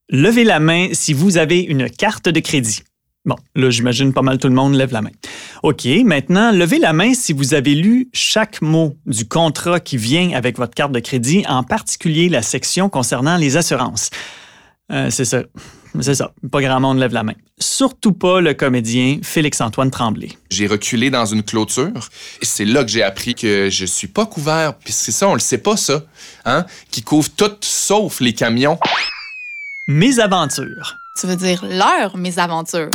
Levez la main si vous avez une carte de crédit. Bon, là, j'imagine pas mal tout le monde lève la main. OK, maintenant, levez la main si vous avez lu chaque mot du contrat qui vient avec votre carte de crédit, en particulier la section concernant les assurances. C'est ça. Pas grand monde lève la main. Surtout pas le comédien Félix-Antoine Tremblay. J'ai reculé dans une clôture. C'est là que j'ai appris que je suis pas couvert. Puis c'est ça, on le sait pas, ça. Hein? Qui couvre tout sauf les camions. Mes aventures. Tu veux dire leur mésaventures.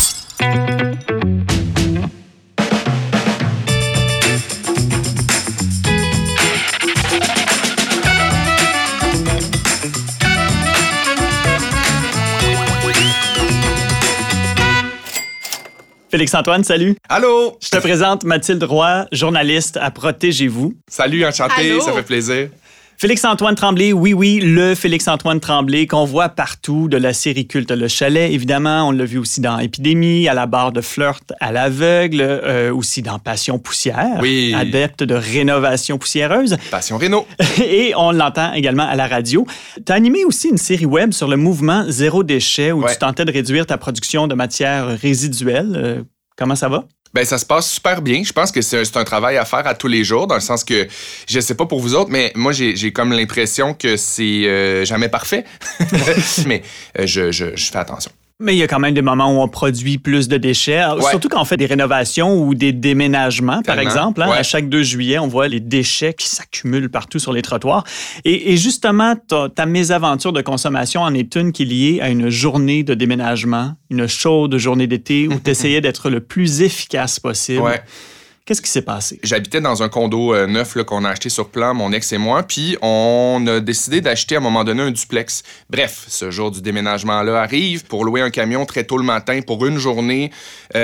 Félix-Antoine, salut. Allô? Je te présente Mathilde Roy, journaliste à Protégez-vous. Salut, enchanté, Allô? ça fait plaisir. Félix-Antoine Tremblay, oui, le Félix-Antoine Tremblay qu'on voit partout de la série culte Le Chalet, évidemment. On l'a vu aussi dans Épidémie, à la barre de Flirt à l'aveugle, aussi dans Passion poussière, oui. Adepte de rénovation poussiéreuse. Passion Réno. Et on l'entend également à la radio. Tu as animé aussi une série web sur le mouvement Zéro déchet où tu tentais de réduire ta production de matières résiduelles. Comment ça va? Ben ça se passe super bien. Je pense que c'est un travail à faire à tous les jours, dans le sens que, je sais pas pour vous autres, mais moi, j'ai comme l'impression que c'est jamais parfait. Mais je fais attention. Mais il y a quand même des moments où on produit plus de déchets, surtout quand on fait des rénovations ou des déménagements, par exemple. Hein, à chaque 2 juillet, on voit les déchets qui s'accumulent partout sur les trottoirs. Et justement, ta mésaventure de consommation en est une qui est liée à une journée de déménagement, une chaude journée d'été où tu essayais d'être le plus efficace possible. Ouais. Qu'est-ce qui s'est passé? J'habitais dans un condo neuf là, qu'on a acheté sur plan, mon ex et moi, puis on a décidé d'acheter à un moment donné un duplex. Bref, ce jour du déménagement-là arrive pour louer un camion très tôt le matin pour une journée.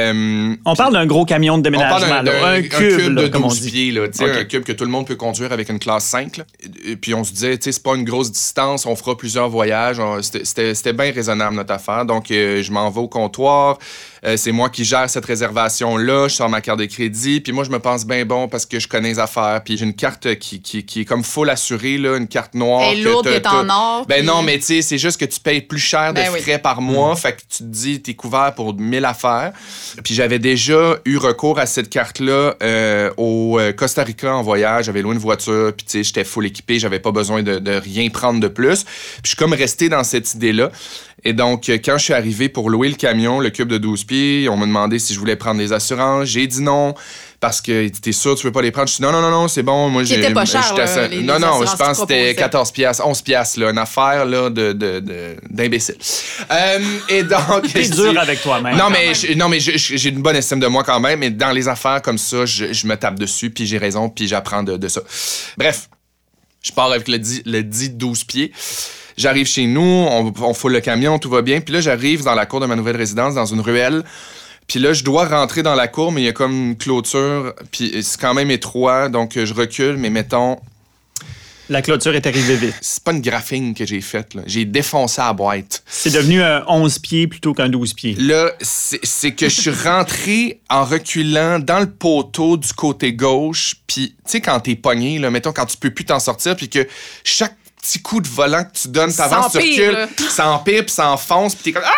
On parle d'un gros camion de déménagement, un cube de comme 12 pieds, là, un cube que tout le monde peut conduire avec une classe 5. Là. Et puis on se disait, c'est pas une grosse distance, on fera plusieurs voyages. C'était bien raisonnable notre affaire. Donc je m'en vais au comptoir. C'est moi qui gère cette réservation-là. Je sors ma carte de crédit. Puis moi, je me pense bien bon parce que je connais les affaires. Puis j'ai une carte qui est comme full assurée, là, une carte noire. Et l'autre est en or. Ben non, mais tu sais, c'est juste que tu payes plus cher de frais par mois. Fait que tu te dis, t'es couvert pour 1000 affaires. Puis j'avais déjà eu recours à cette carte-là au Costa Rica en voyage. J'avais loué une voiture. Puis tu sais, j'étais full équipé. J'avais pas besoin de rien prendre de plus. Puis je suis comme resté dans cette idée-là. Et donc, quand je suis arrivé pour louer le camion, le cube de 12 pieds, on m'a demandé si je voulais prendre des assurances. J'ai dit non, parce que t'es sûr tu veux pas les prendre? Je suis dit non, c'est bon. Moi, c'était pas cher, les non, je pense que c'était 14 piastres, 11 piastres, là, une affaire là, d'imbécile. Et donc... T'es dur avec toi-même. Non, mais j'ai une bonne estime de moi quand même, mais dans les affaires comme ça, je me tape dessus, puis j'ai raison, puis j'apprends de ça. Bref, je pars avec le dit 12 pieds. J'arrive chez nous, on foule le camion, tout va bien. Puis là, j'arrive dans la cour de ma nouvelle résidence, dans une ruelle. Puis là, je dois rentrer dans la cour, mais il y a comme une clôture. Puis c'est quand même étroit, donc je recule, mais mettons... La clôture est arrivée vite. C'est pas une graphine que j'ai faite, là. J'ai défoncé la boîte. C'est devenu un 11 pieds plutôt qu'un 12 pieds. Là, c'est que je suis rentré en reculant dans le poteau du côté gauche. Puis, tu sais, quand t'es pogné, là, mettons, quand tu peux plus t'en sortir, puis que chaque petit coup de volant que tu donnes, t'avances, tu recules, ça empire, puis ça enfonce, puis t'es comme...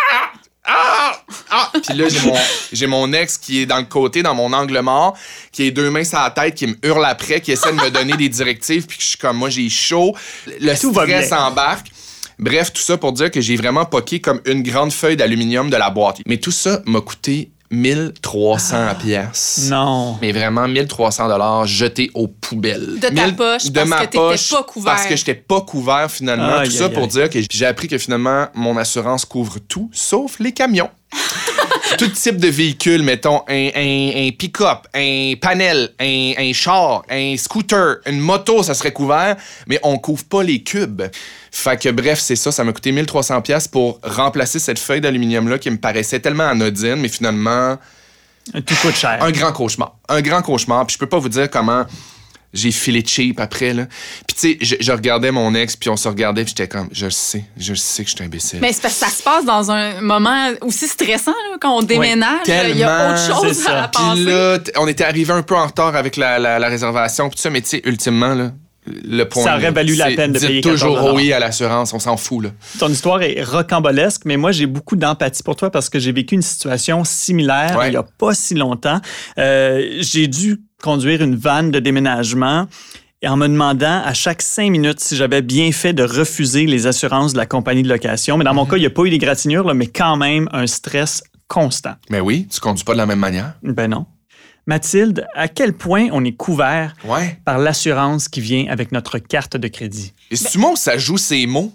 Puis là, j'ai mon ex qui est dans le côté, dans mon angle mort, qui est 2 mains sur la tête, qui me hurle après, qui essaie de me donner des directives, puis que je suis comme, moi, j'ai chaud. Le stress embarque. Bref, tout ça pour dire que j'ai vraiment poqué comme une grande feuille d'aluminium de la boîte. Mais tout ça m'a coûté 1300 pièces. Non. Mais vraiment 1300 jetés aux poubelles. De ta poche, de parce ma que poche, t'étais pas couvert. parce que j'étais pas couvert finalement. Tout ça pour dire que j'ai appris que finalement mon assurance couvre tout sauf les camions. Tout type de véhicule, mettons un pick-up, un panel, un char, un scooter, une moto, ça serait couvert, mais on couvre pas les cubes. Fait que bref, c'est ça m'a coûté 1300 pièces pour remplacer cette feuille d'aluminium-là qui me paraissait tellement anodine, mais finalement... Tout coûte cher. Un grand cauchemar. Puis je peux pas vous dire comment... J'ai filé cheap après, là. Puis, tu sais, je regardais mon ex, puis on se regardait, puis j'étais comme, je sais que je suis imbécile. Mais c'est parce que ça se passe dans un moment aussi stressant, là, quand on déménage. Il y a autre chose à penser. Puis là, on était arrivé un peu en retard avec la réservation, puis tout ça, mais tu sais, ultimement, là, le point. Ça aurait valu la peine de payer 14 $. Toujours oui à l'assurance, on s'en fout. Là. Ton histoire est rocambolesque, mais moi, j'ai beaucoup d'empathie pour toi parce que j'ai vécu une situation similaire il n'y a pas si longtemps. J'ai dû conduire une vanne de déménagement et en me demandant à chaque 5 minutes si j'avais bien fait de refuser les assurances de la compagnie de location. Mais dans mon cas, il n'y a pas eu d'égratignure, là, mais quand même un stress constant. Mais oui, tu ne conduis pas de la même manière. Ben non. Mathilde, à quel point on est couvert par l'assurance qui vient avec notre carte de crédit? Et c'est-tu moi où ça joue ces mots?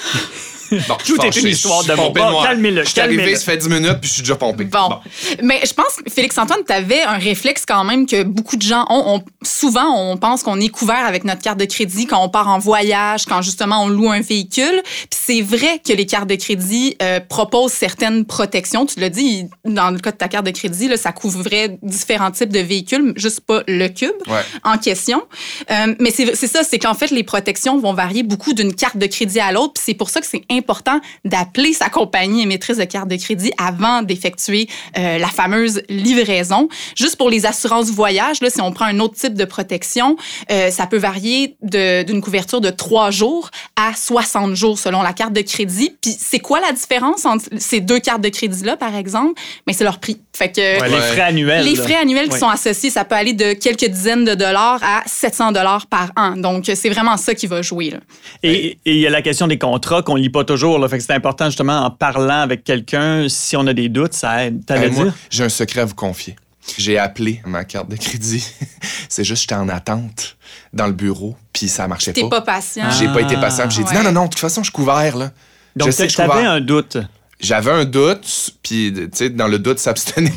Bon, tout est une histoire de mots. Calmez-le. Je suis arrivé, ça fait 10 minutes, puis je suis déjà pompé. Bon. Mais je pense, Félix-Antoine, tu avais un réflexe quand même que beaucoup de gens ont. Souvent, on pense qu'on est couvert avec notre carte de crédit quand on part en voyage, quand justement on loue un véhicule. Puis c'est vrai que les cartes de crédit proposent certaines protections. Tu l'as dit, dans le cas de ta carte de crédit, là, ça couvrait différents types de véhicules, juste pas le cube en question. Mais c'est ça, c'est qu'en fait, les protections vont varier beaucoup d'une carte de crédit à l'autre. Puis c'est pour ça que c'est important d'appeler sa compagnie émettrice de carte de crédit avant d'effectuer la fameuse livraison. Juste pour les assurances voyage, là, si on prend un autre type de protection, ça peut varier d'une couverture de 3 jours à 60 jours selon la carte de crédit. Puis c'est quoi la différence entre ces deux cartes de crédit-là, par exemple? Bien, c'est leur prix. Fait que, les frais annuels. Les frais annuels qui sont associés, ça peut aller de quelques dizaines de dollars à 700 $ par an. Donc, c'est vraiment ça qui va jouer. Là. Et il y a la question des contrats qu'on lit pas toujours. Là. Fait que c'est important, justement, en parlant avec quelqu'un, si on a des doutes, ça aide. Moi, j'ai un secret à vous confier. J'ai appelé ma carte de crédit. C'est juste que j'étais en attente dans le bureau, puis ça marchait pas. T'es pas patient. J'ai pas été patient. J'ai dit non, de toute façon, je suis couvert. Là. Donc, tu avais un doute. J'avais un doute, puis, tu sais, dans le doute, s'abstenir.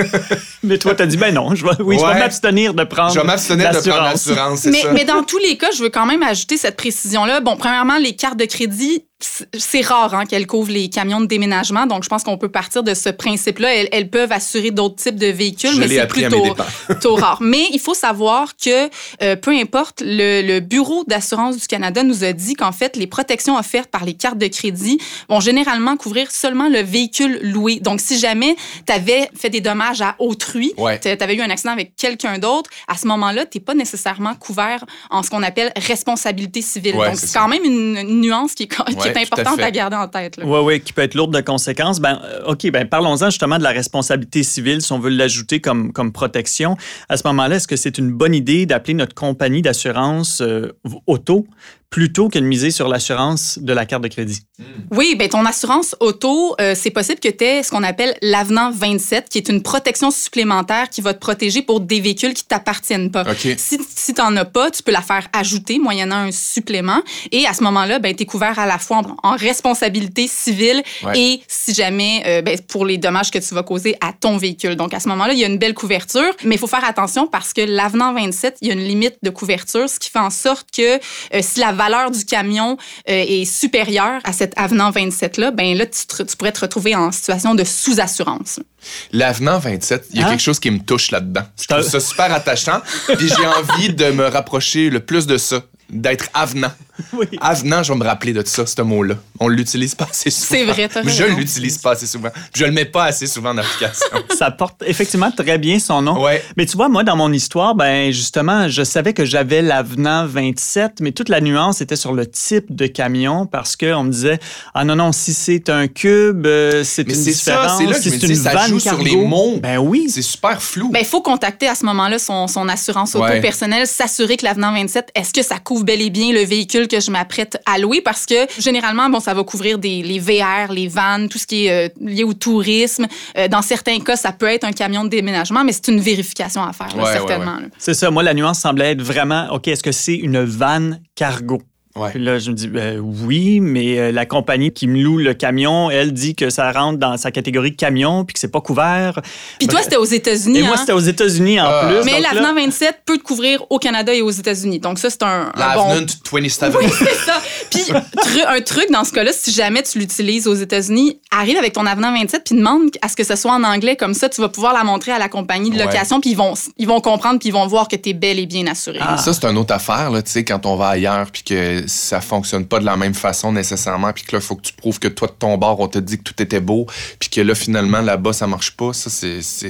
Mais toi, t'as dit, ben non, je vais m'abstenir de prendre l'assurance. Je vais m'abstenir de prendre l'assurance, c'est ça. Mais dans tous les cas, je veux quand même ajouter cette précision-là. Bon, premièrement, les cartes de crédit, c'est rare qu'elles couvrent les camions de déménagement. Donc, je pense qu'on peut partir de ce principe-là. Elles peuvent assurer d'autres types de véhicules, mais c'est plutôt rare. Mais il faut savoir que, peu importe, le Bureau d'assurance du Canada nous a dit qu'en fait, les protections offertes par les cartes de crédit vont généralement couvrir seulement le véhicule loué. Donc, si jamais tu avais fait des dommages à autrui, tu avais eu un accident avec quelqu'un d'autre, à ce moment-là, tu n'es pas nécessairement couvert en ce qu'on appelle responsabilité civile. Donc, c'est quand même une nuance qui est importante à garder en tête. Oui, qui peut être lourde de conséquences. OK, parlons-en justement de la responsabilité civile, si on veut l'ajouter comme protection. À ce moment-là, est-ce que c'est une bonne idée d'appeler notre compagnie d'assurance auto plutôt que de miser sur l'assurance de la carte de crédit? Oui, ton assurance auto, c'est possible que tu aies ce qu'on appelle l'avenant 27, qui est une protection supplémentaire qui va te protéger pour des véhicules qui ne t'appartiennent pas. Okay. Si tu n'en as pas, tu peux la faire ajouter moyennant un supplément. Et à ce moment-là, tu es couvert à la fois en responsabilité civile et si jamais, pour les dommages que tu vas causer à ton véhicule. Donc, à ce moment-là, il y a une belle couverture, mais il faut faire attention parce que l'avenant 27, il y a une limite de couverture, ce qui fait en sorte que si la valeur du camion est supérieure à cet avenant 27-là, là, tu pourrais te retrouver en situation de sous-assurance. L'avenant 27, il y a quelque chose qui me touche là-dedans. Je trouve ça super attachant, puis j'ai envie de me rapprocher le plus de ça, d'être avenant. Oui. Avenant, je vais me rappeler de ça, ce mot-là. On l'utilise pas assez souvent. C'est vrai, t'as raison. Je l'utilise pas assez souvent. Je le mets pas assez souvent en application. Ça porte effectivement très bien son nom. Ouais. Mais tu vois, moi, dans mon histoire, justement, je savais que j'avais l'avenant 27, mais toute la nuance était sur le type de camion parce qu'on me disait, non, si c'est un cube, c'est une différence. C'est là que si je me dis, ça joue sur les mots. Oui. C'est super flou. Il faut contacter à ce moment-là son assurance auto personnelle, s'assurer que l'avenant 27, est-ce que ça couvre bel et bien le véhicule que je m'apprête à louer? Parce que généralement, ça va couvrir les VR, les vannes, tout ce qui est lié au tourisme. Dans certains cas, ça peut être un camion de déménagement, mais c'est une vérification à faire, certainement. Ouais. C'est ça. Moi, la nuance semblait être vraiment, OK, est-ce que c'est une vanne cargo? Ouais. Puis là, je me dis, oui, mais la compagnie qui me loue le camion, elle dit que ça rentre dans sa catégorie camion puis que c'est pas couvert. Puis toi, c'était aux États-Unis. Et moi, c'était aux États-Unis en plus. Mais l'avenant 27 peut te couvrir au Canada et aux États-Unis. Donc ça, c'est un L'avenant 27. Oui, c'est ça. Puis un truc dans ce cas-là, si jamais tu l'utilises aux États-Unis, arrive avec ton avenant 27 puis demande à ce que ce soit en anglais. Comme ça, tu vas pouvoir la montrer à la compagnie de location puis ils vont comprendre puis ils vont voir que tu es bel et bien assuré. Ça, c'est une autre affaire, là, tu sais, quand on va ailleurs puis que ça fonctionne pas de la même façon nécessairement, puis que là, il faut que tu prouves que toi, de ton bord, on te dit que tout était beau, puis que là, finalement, là-bas, ça marche pas. Ça, c'est ça.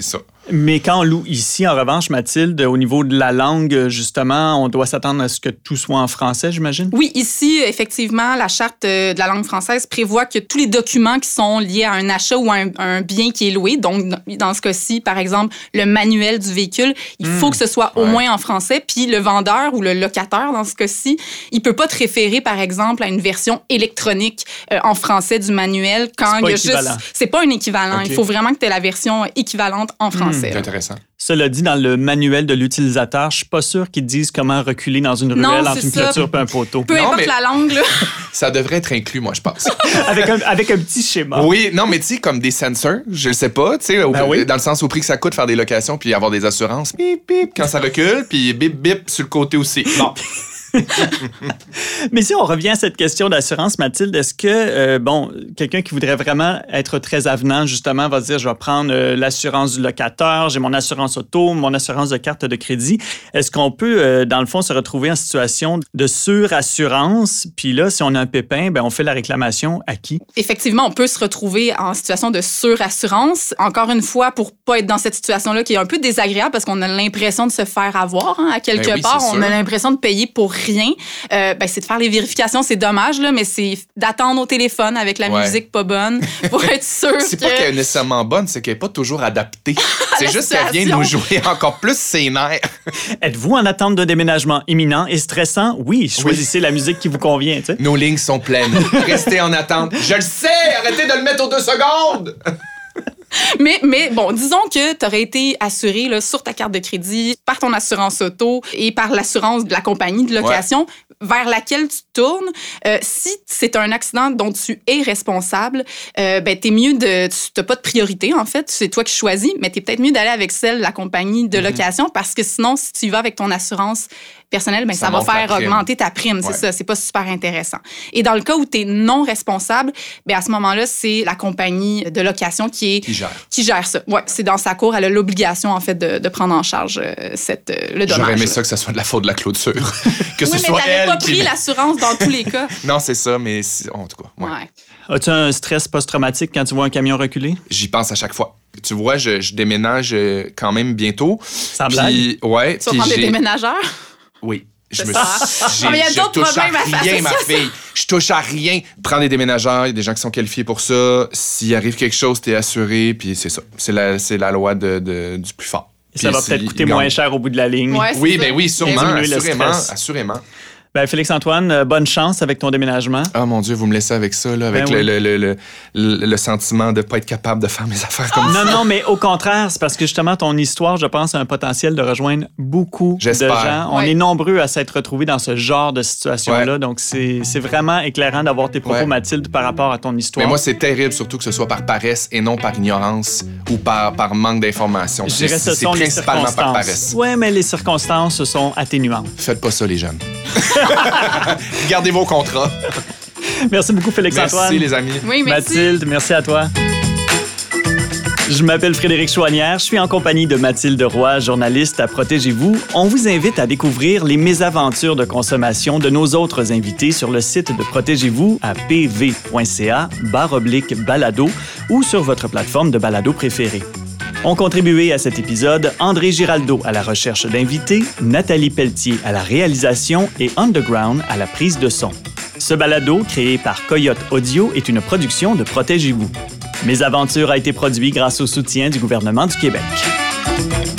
Mais quand on loue ici, en revanche, Mathilde, au niveau de la langue, justement, on doit s'attendre à ce que tout soit en français, j'imagine? Oui, ici, effectivement, la Charte de la langue française prévoit que tous les documents qui sont liés à un achat ou à un bien qui est loué, donc dans ce cas-ci, par exemple, le manuel du véhicule, il faut que ce soit au moins en français. Puis le vendeur ou le locataire, dans ce cas-ci, il peut pas te référer, par exemple, à une version électronique en français du manuel quand il y a juste... C'est pas un équivalent. Okay. Il faut vraiment que tu aies la version équivalente en français. C'est intéressant. Cela dit, dans le manuel de l'utilisateur, je suis pas sûr qu'ils disent comment reculer dans une ruelle entre une clôture et un poteau. Peu importe la langue, là. Ça devrait être inclus, moi, je pense. avec un petit schéma. Oui, non, mais tu sais, comme des sensors, je le sais pas, tu sais, dans le sens au prix que ça coûte faire des locations puis avoir des assurances, bip, bip, quand ça recule, puis bip, bip sur le côté aussi. Bon. Mais si on revient à cette question d'assurance, Mathilde, est-ce que, quelqu'un qui voudrait vraiment être très avenant, justement, va se dire, je vais prendre l'assurance du locataire, j'ai mon assurance auto, mon assurance de carte de crédit. Est-ce qu'on peut, dans le fond, se retrouver en situation de surassurance? Puis là, si on a un pépin, on fait la réclamation à qui? Effectivement, on peut se retrouver en situation de surassurance. Encore une fois, pour pas être dans cette situation-là qui est un peu désagréable parce qu'on a l'impression de se faire avoir, à quelque part. On a l'impression de payer pour rien. C'est de faire les vérifications, c'est dommage, là, mais c'est d'attendre au téléphone avec la musique pas bonne pour être sûr c'est pas qu'elle est nécessairement bonne, c'est qu'elle est pas toujours adaptée. C'est juste qu'elle vient nous jouer encore plus ses nerfs. Êtes-vous en attente d'un déménagement imminent et stressant? Oui, choisissez la musique qui vous convient. T'sais. Nos lignes sont pleines. Restez en attente. Je le sais! Arrêtez de le mettre aux 2 secondes! Mais bon, disons que tu aurais été assuré là, sur ta carte de crédit par ton assurance auto et par l'assurance de la compagnie de location vers laquelle tu tournes. Si c'est un accident dont tu es responsable, t'es mieux tu n'as pas de priorité, en fait. C'est toi qui choisis, mais t'es peut-être mieux d'aller avec celle de la compagnie de location parce que sinon, si tu y vas avec ton assurance personnelle, ça va faire augmenter ta prime. C'est ça, c'est pas super intéressant. Et dans le cas où tu es non responsable, à ce moment-là, c'est la compagnie de location qui gère ça. Ouais, c'est dans sa cour, elle a l'obligation, en fait, de prendre en charge le dommage. J'aurais aimé ça que ça soit de la faute de la clôture. Que ce soit elle pas pris l'assurance dans tous les cas. Non, c'est ça, mais en tout cas. Ouais. As-tu un stress post-traumatique quand tu vois un camion reculer? J'y pense à chaque fois. Tu vois, je déménage quand même bientôt. Sans blague? Ouais. Tu vas prendre des déménageurs? Oui. Je touche à rien, ma fille. Je touche à rien. Prends des déménageurs, il y a des gens qui sont qualifiés pour ça. S'il arrive quelque chose, t'es assuré, puis c'est ça. C'est la loi du plus fort. Ça va peut-être coûter moins cher au bout de la ligne. Ouais, oui, sûrement, assurément. Félix-Antoine, bonne chance avec ton déménagement. Ah, mon Dieu, vous me laissez avec ça, là, avec le sentiment de ne pas être capable de faire mes affaires comme ça. Non, mais au contraire, c'est parce que justement, ton histoire, je pense, a un potentiel de rejoindre beaucoup de gens. On est nombreux à s'être retrouvés dans ce genre de situation-là. Donc, c'est vraiment éclairant d'avoir tes propos, Mathilde, par rapport à ton histoire. Mais moi, c'est terrible, surtout que ce soit par paresse et non par ignorance ou par manque d'information. Je dirais que ce sont principalement les circonstances. Par paresse. Oui, mais les circonstances sont atténuantes. Faites pas ça, les jeunes. Gardez vos contrats. Merci beaucoup, Félix-Antoine. Merci, les amis. Oui, merci. Mathilde, merci à toi. Je m'appelle Frédéric Chouanière. Je suis en compagnie de Mathilde Roy, journaliste à Protégez-vous. On vous invite à découvrir les mésaventures de consommation de nos autres invités sur le site de Protégez-vous à pv.ca/balado ou sur votre plateforme de balado préférée. Ont contribué à cet épisode André Giraldo à la recherche d'invités, Nathalie Pelletier à la réalisation et Underground à la prise de son. Ce balado, créé par Coyote Audio, est une production de Protégez-vous. Mes aventures a été produit grâce au soutien du gouvernement du Québec.